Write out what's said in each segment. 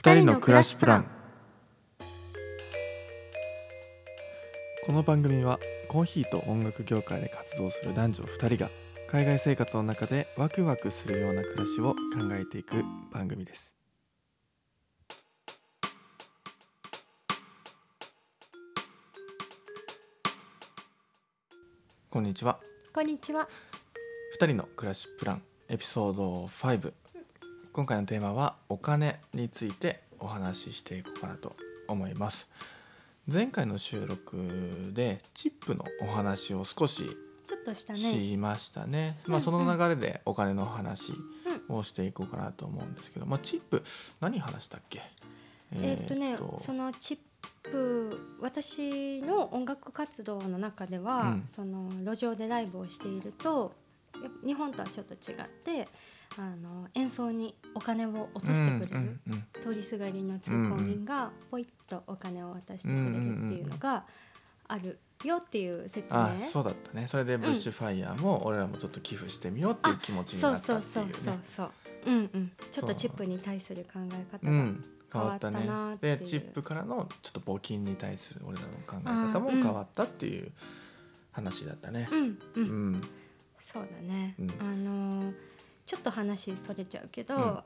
二人の暮らしプラン。この番組はコーヒーと音楽業界で活動する男女2人が海外生活の中でワクワクするような暮らしを考えていく番組です。こんにちは。 こんにちは。 2人の暮らしプランエピソード5。今回のテーマはお金についてお話ししていこうかなと思います。前回の収録でチップのお話を少しちょっとしたね。 しましたね。その流れでお金の話をしていこうかなと思うんですけど、チップ何話したっけ？ そのチップ、私の音楽活動の中では、その路上でライブをしていると日本とはちょっと違って演奏にお金を落としてくれる、通りすがりの通行人がポイッとお金を渡してくれるっていうのがあるよっていう説明。 そうだったね。それでブッシュファイヤーも俺らもちょっと寄付してみようっていう気持ちになったっていうね。 ちょっとチップに対する考え方が変わったなっていう。 でチップからのちょっと募金に対する俺らの考え方も変わったっていう話だったね。 そうだね。ちょっと話それちゃうけど、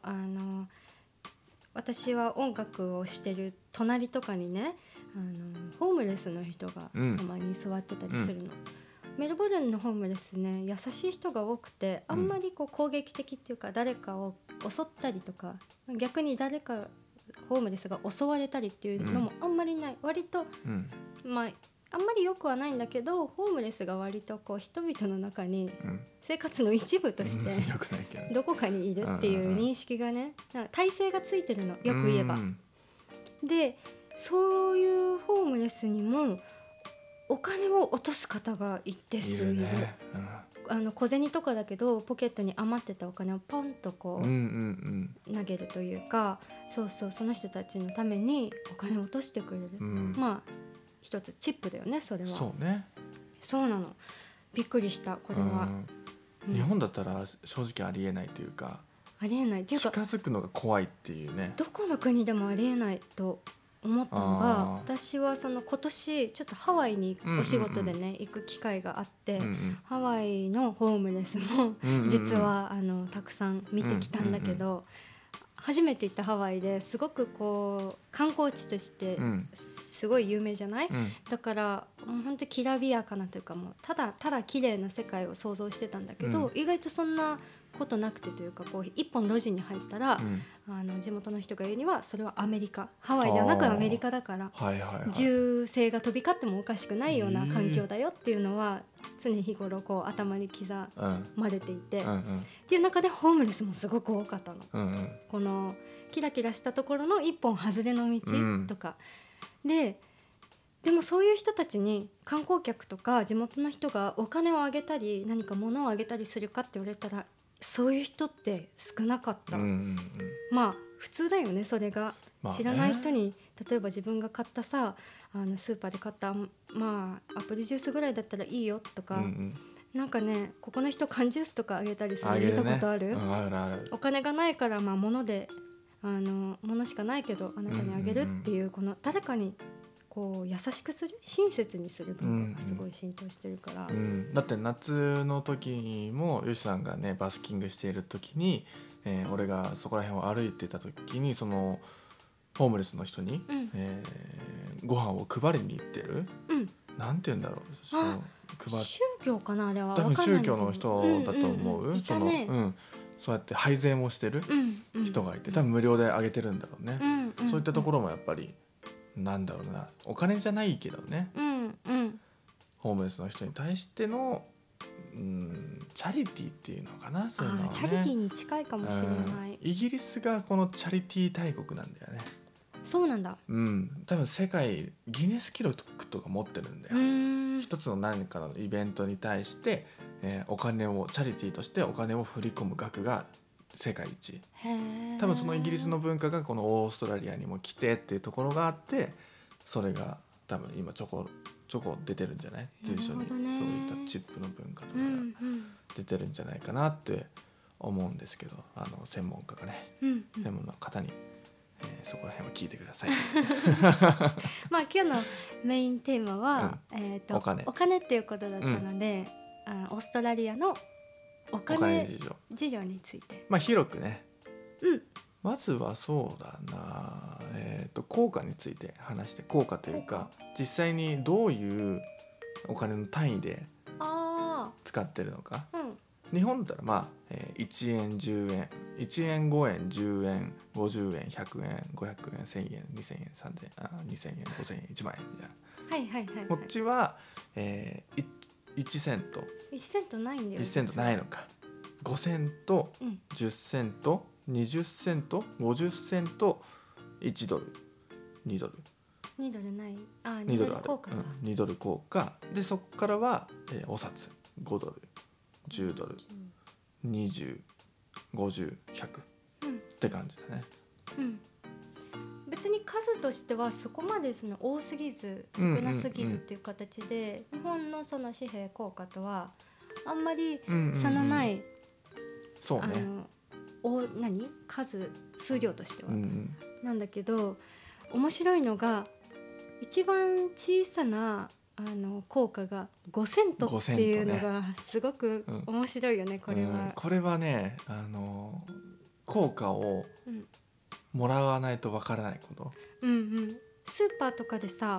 私は音楽をしてる隣とかにね、ホームレスの人がたまに座ってたりするの。メルボルンのホームレスね、優しい人が多くて、あんまりこう攻撃的っていうか、誰かを襲ったりとか、逆に誰かホームレスが襲われたりっていうのもあんまりない。割と、あんまり良くはないんだけど、ホームレスが割とこう人々の中に生活の一部としてどこかにいるっていう認識がね、体制がついてるの、よく言えば。で、そういうホームレスにもお金を落とす方が一定数いる。小銭とかだけどポケットに余ってたお金をポンとこう投げるというか、その人たちのためにお金を落としてくれる。一つチップだよね、それは。 そうね。 そうなの。びっくりした、これは。 日本だったら正直ありえないというか、 ありえないっていうか、 近づくのが怖いっていうね。 どこの国でもありえないと思ったのが、私はその今年ちょっとハワイにお仕事でね、行く機会があって、ハワイのホームレスも実はたくさん見てきたんだけど、初めて行ったハワイですごくこう観光地としてすごい有名じゃない？だからもう本当にきらびやかなというか、もうただただ綺麗な世界を想像してたんだけど、意外とそんなことなくてというか、こう一本路地に入ったら、地元の人が言うにはそれはアメリカ、ハワイではなくアメリカだから、銃声が飛び交ってもおかしくないような環境だよっていうのは常日頃こう頭に刻まれていて、っていう中でホームレスもすごく多かったの。このキラキラしたところの一本外れの道とか、でもそういう人たちに観光客とか地元の人がお金をあげたり何か物をあげたりするかって言われたら、そういう人って少なかった。普通だよね、それが。知らない人に例えば自分が買ったさ、スーパーで買ったアップルジュースぐらいだったらいいよとか、なんかね、ここの人缶ジュースとかあげたりするの見たことある？お金がないから物で物しかないけどあなたにあげるっていう、この誰かにこう優しくする、親切にする文化がすごい浸透してるから、 だって夏の時にもヨシさんがねバスキングしている時に、俺がそこら辺を歩いてた時にそのホームレスの人に、ご飯を配りに行ってる、なんて言うんだろう、 宗教かな、あれは。 多分宗教の人だと思う。そうやって配膳をしてる人がいて、多分無料であげてるんだろうね。そういったところもやっぱりなんだろうな、お金じゃないけどね、ホームレスの人に対してのチャリティーっていうのかな、そういうのはね。 チャリティーに近いかもしれない。 イギリスがこのチャリティー大国なんだよね。 そうなんだ。 多分世界ギネス記録とか持ってるんだよ。一つの何かのイベントに対して、お金をチャリティーとしてお金を振り込む額が世界一。多分そのイギリスの文化がこのオーストラリアにも来てっていうところがあって、それが多分今ちょこ出てるんじゃない？随所にそういったチップの文化とかが出てるんじゃないかなって思うんですけど、専門家がね、専門の方にそこら辺を聞いてください。 まあ今日のメインテーマは、お金っていうことだったので、オーストラリアのお金事情について、 まあ広くね、まずはそうだな、効果について話して、効果というか実際にどういうお金の単位で使ってるのか。日本だったらまあ、1円10円1円5円10円50円100円500円1000円2000円3000円2000円5000円1万円じゃん。 はいはいはい、はい、 こっちは、1セント 1セントないんだよ。 1セントないのか。5セント、10セント20セント50セント1ドル2ドル 2ドルない、 2ドルある、2ドル硬貨で、そこからは、お札5ドル10ドル20、50、100、って感じだね。 別に数としてはそこまでその多すぎず少なすぎずっていう形で、日本のその紙幣硬貨とはあんまり差のない、 そうね、 数量としては、なんだけど、面白いのが一番小さな効果が5セントっていうのがすごく面白いよね、これは。 これはね、効果をもらわないとわからないこと。 スーパーとかでさ、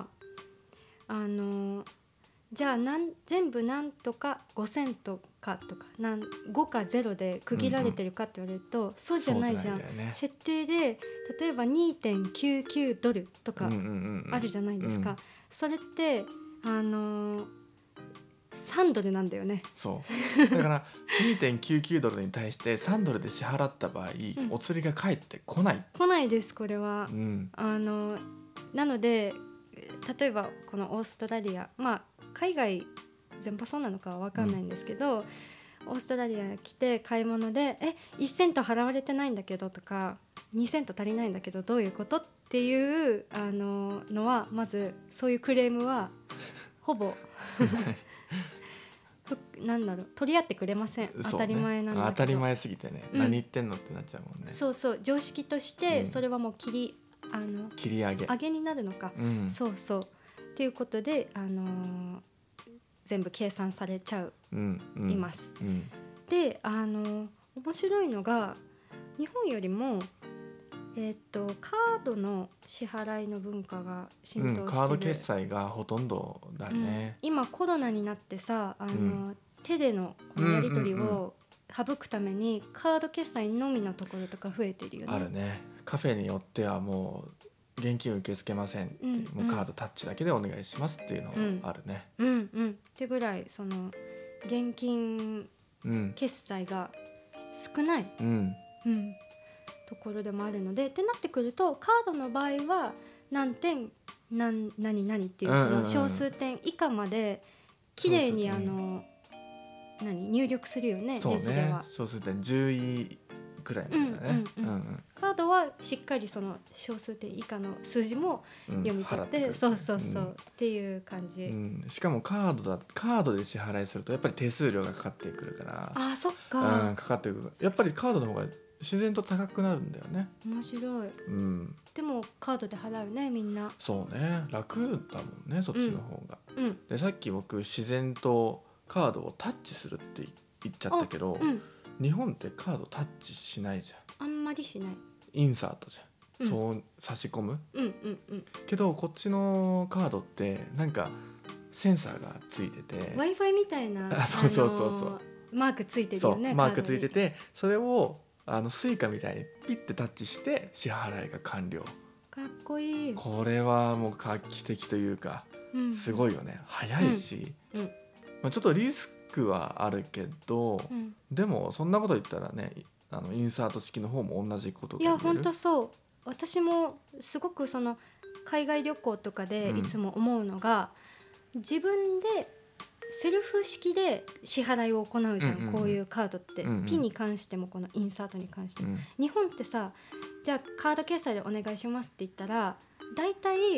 じゃあ全部なんとか5セントかとか5か0で区切られてるかって言われると、そうじゃないじゃん。設定で例えば 2.99 ドルとかあるじゃないですか。それって3ドルなんだよね。 そうだから2.99 ドルに対して3ドルで支払った場合、お釣りが返ってこないですこれは。なので例えばこのオーストラリア、まあ海外全般そうなのかは分かんないんですけど、オーストラリア来て買い物で1セント払われてないんだけどとか2セント足りないんだけどどういうことっていうのは、まずそういうクレームはほぼ取り合ってくれません。当たり前なんだけど、 当たり前すぎてね、何言ってんのってなっちゃうもんね。 そう常識としてそれはもう切り上げになるのか、そうっていうことで、全部計算されちゃいます。で面白いのが日本よりもカードの支払いの文化が浸透してる、 カード決済がほとんどだね。 今コロナになってさ、手でのこのやり取りを省くためにカード決済のみのところとか増えてるよね。 あるね。カフェによってはもう現金受け付けませんって、もうカードタッチだけでお願いしますっていうのがあるね。 ってぐらいその現金決済が少ない、ところでもあるので、ってなってくるとカードの場合は何点何々っていうこの小数点以下まで綺麗に入力するよね。レジでは小数点10位くらいまでだね。 カードはしっかりその小数点以下の数字も読み取って、そうっていう感じ。 しかもカードで支払いするとやっぱり手数料がかかってくるから。 そっか。 かかってくる。やっぱりカードの方が自然と高くなるんだよね。 面白い。でもカードで払うね、みんな。 そうね、楽だもんね、そっちの方が。でさっき僕自然とカードをタッチするって言っちゃったけど、日本ってカードタッチしないじゃん。 あんまりしない。 インサートじゃん、そう差し込む、けどこっちのカードってなんかセンサーがついてて Wi-Fi みたいなそうマークついてるよね。 マークついてて、それをスイカみたいにピッてタッチして支払いが完了。 かっこいい。 これはもう画期的というか、すごいよね。早いし、ちょっとリスクはあるけど、でもそんなこと言ったらね、インサート式の方も同じことが言える。 いや本当そう。私もすごくその海外旅行とかでいつも思うのが、自分でセルフ式で支払いを行うじゃん、こういうカードって、ピンに関してもこのインサートに関しても、日本ってさ、じゃあカード決済でお願いしますって言ったらだいたい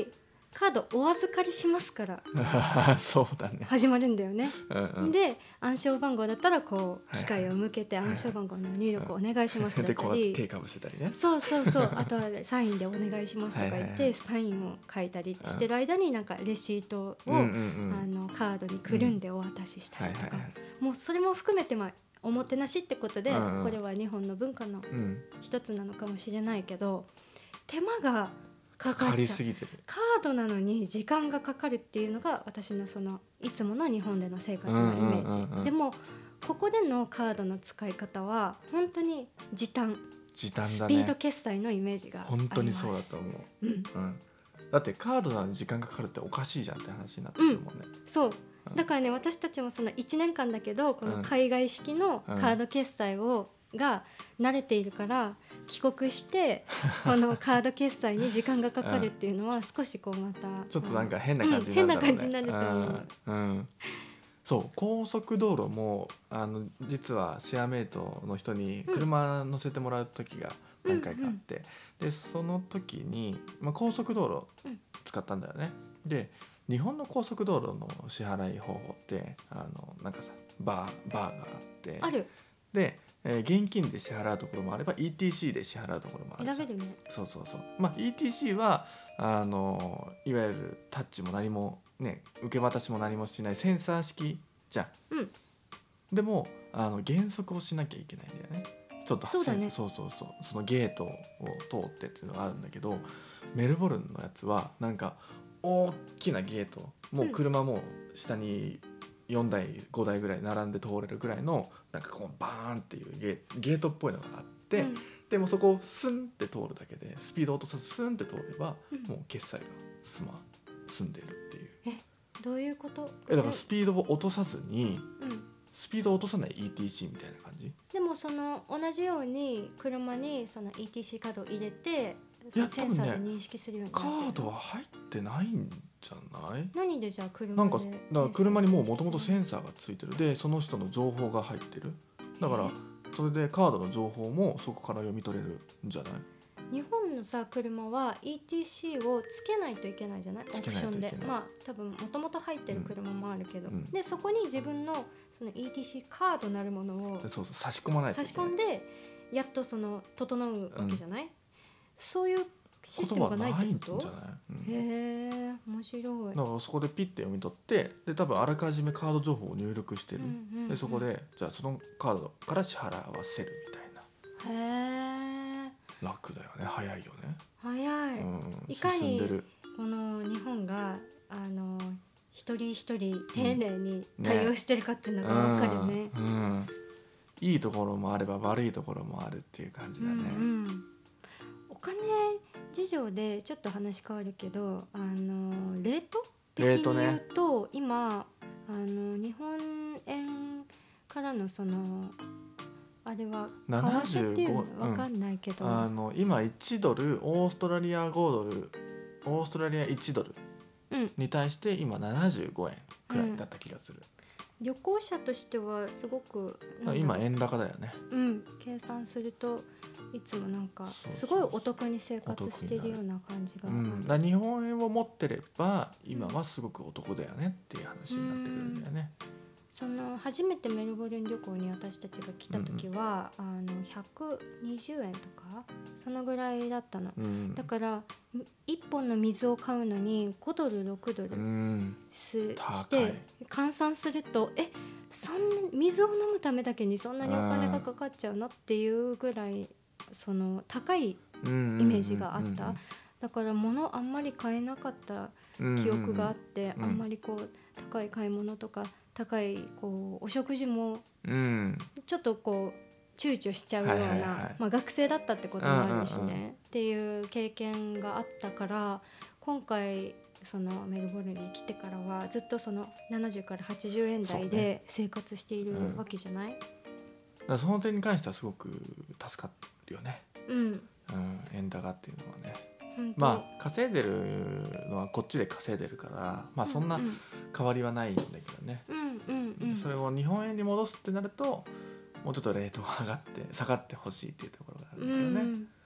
カードお預かりしますからそうだね始まるんだよね。 うんうん、 で暗証番号だったらこう機械を向けて暗証番号の入力お願いしますだでったり、 こう手かぶせたりね。 そうそうそう、あとはサインでお願いしますとか言っはいはいはいてサインを書いたりしてる間になんかレシートを、 うんうんうんカードにくるんでお渡ししたりとか、 はいはいはいもうそれも含めておもてなしってことで、 うんうんこれは日本の文化のうん一つなのかもしれないけど、手間がかかかかっちゃう。 りすぎてる。 カードなのに時間がかかるっていうのが私のそのいつもの日本での生活のイメージ、 うんうんうんうんでもここでのカードの使い方は本当に時短、 時短だね。 スピード決済のイメージがあります。 本当にそうだと思う、 うん、 だってカードなのに時間かかるっておかしいじゃんって話になってくるもんね、 そうだからね、私たちもその1年間だけどこの海外式のカード決済が慣れているから帰国してこのカード決済に時間がかかるっていうのは少しこうまたちょっとなんか変な感じになるだろうね、 変な感じになると思う。 そう高速道路も実はシェアメイトの人に車乗せてもらう時が何回かあって、でその時に、高速道路使ったんだよね。で日本の高速道路の支払い方法ってなんかさバーがあってあるで、現金で支払うところもあれば ETC で支払うところもあるじゃん。 選べるね。 そうそうそう、ETC はいわゆるタッチも何もね受け渡しも何もしないセンサー式じゃん、でも減速をしなきゃいけないんだよね。ちょっとそうだね。 そうそのゲートを通ってっていうのがあるんだけど、メルボルンのやつはなんか大きなゲート、もう車も下に4台5台ぐらい並んで通れるぐらいのなんかこうバーンっていうゲートっぽいのがあって、でもそこをスンって通るだけでスピードを落とさずスンって通れば、もう決済が済んでるっていう。 どういうこと？ だからスピードを落とさずに、スピードを落とさない ETC みたいな感じ。 でもその同じように車にその ETC カードを入れてセンサーで認識するようになってる。 カードは入ってないんじゃない？ 何でじゃあ車でなんかだから車にもともとセンサーがついてる、でその人の情報が入ってる、だからそれでカードの情報もそこから読み取れるんじゃない？ 日本のさ車は ETC をつけないといけないじゃない？オプションで多分もともと入ってる車もあるけど、でそこに自分のその ETC カードなるものを差し込まないといけない。 差し込んでやっとその整うわけじゃない？そういうシステムがないってこと？へえ、面白い。 だからそこでピッて読み取って、で多分あらかじめカード情報を入力してる、でそこでじゃあそのカードから支払わせるみたいな。 へえ、 楽だよね、早いよね。 早い、いかにこの日本が一人一人丁寧に対応してるかっていうのが分かるよね。 いいところもあれば悪いところもあるっていう感じだね。 お金事情でちょっと話変わるけど、レート的に言うと、今日本円からのそのあれは為替っていうの分かんないけど、 今1ドルオーストラリア5ドルオーストラリア1ドルに対して今75円くらいだった気がする、 旅行者としてはすごく今円高だよね。 計算するといつもなんかすごいお得に生活しているような感じが、 だ日本円を持ってれば今はすごくお得だよねっていう話になってくるんだよね。 その初めてメルボルン旅行に私たちが来た時は、120円とかそのぐらいだったの、だから1本の水を買うのに5ドル6ドルして換算するとそんな水を飲むためだけにそんなにお金がかかっちゃうのっていうぐらいその高いイメージがあった。だから物あんまり買えなかった記憶があって、あんまりこう高い買い物とか高いこうお食事もちょっとこう躊躇しちゃうような、学生だったってこともあるしね、っていう経験があったから、今回そのメルボルンに来てからはずっとその70から80円台で生活しているわけじゃない？ だからその点に関してはすごく助かるよね。円高っていうのはね。稼いでるのはこっちで稼いでるから、そんな変わりはないんだけどね。それを日本円に戻すってなるともうちょっとレートが下がってほしいっていうところがあるんだけどね。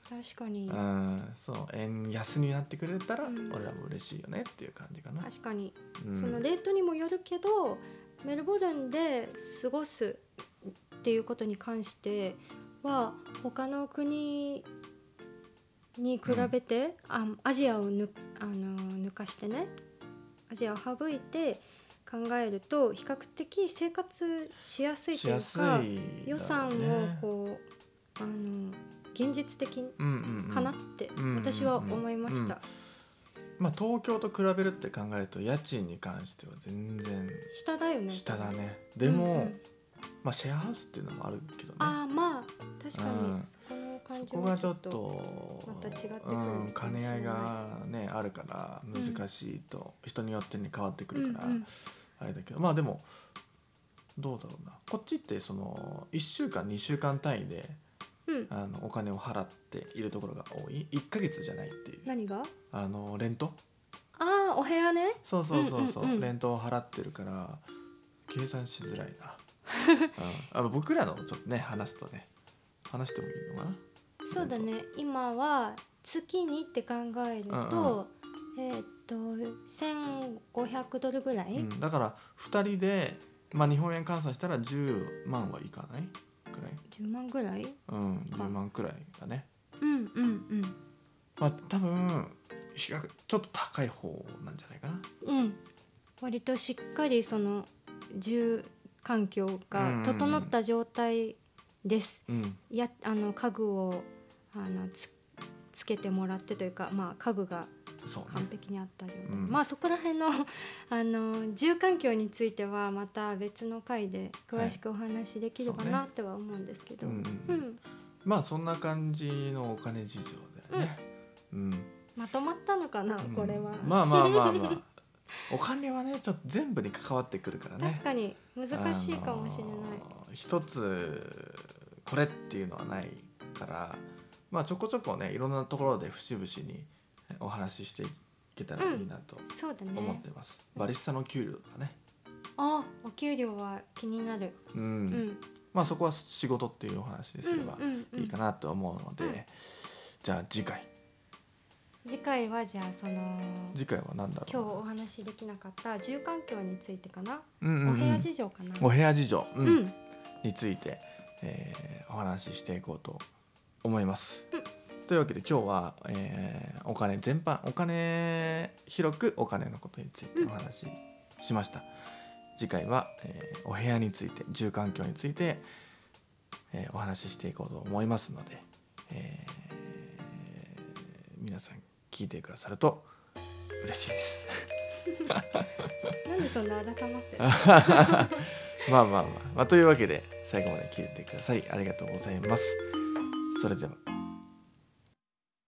確かに、 そう円安になってくれたら、 うん、 俺らも嬉しいよねっていう感じかな。 確かに、 うん、 そのレートにもよるけどメルボルンで過ごすっていうことに関しては他の国に比べて、アジアを抜かしてね、アジアを省いて考えると比較的生活しやすいというか、予算をこう現実的かなって私は思いました。 まあ、東京と比べるって考えると家賃に関しては全然下だよね。 下だね。でも、まあ、シェアハウスっていうのもあるけどね。 まあ確かにそこの感じはちょっとまた違ってくる、 兼ね合いがねあるから難しいと、人によってに変わってくるから、あれだけど、まあでもどうだろうな、こっちってその1週間2週間単位で、お金を払っているところが多い。1ヶ月じゃないっていう。 何がレント、 お部屋ね。 そう、レントを払ってるから計算しづらいな僕らのちょっとね話してもいいのかな。 そうだね、今は月にって考えると、$1,500ぐらい、 だから2人で、まあ、日本円換算したら10万はいかないくらい。 10万ぐらい、 10万くらいだね。まあ多分ちょっと高い方なんじゃないかな。 割としっかりその住環境が整った状態です。家具をつけてもらってというか、まあ、家具が完璧にあった状態、まあそこら辺の住環境についてはまた別の回で詳しくお話しできればなっては思うんですけど、 まあそんな感じのお金事情だよね。 まとまったのかな、これは。 まあお金はねちょっと全部に関わってくるからね。 確かに難しいかもしれない。 一つこれっていうのはないから、まあちょこちょこねいろんなところで節々にお話ししていけたらいいなと思ってます。バリスタの給料とかね。 お給料は気になる。 まあそこは仕事っていうお話ですればいいかなと思うので、じゃあ次回はじゃあ次回は何だろう、 今日お話しできなかった住環境についてかな、お部屋事情かな、 お部屋事情、について、お話ししていこうと思います。というわけで今日は、お金全般、広くお金のことについてお話ししました。次回は、お部屋について、住環境について、お話ししていこうと思いますので、皆さん聞いてくださると嬉しいですなんでそんな改まってまあというわけで最後まで聞いてくださりありがとうございます。それでは。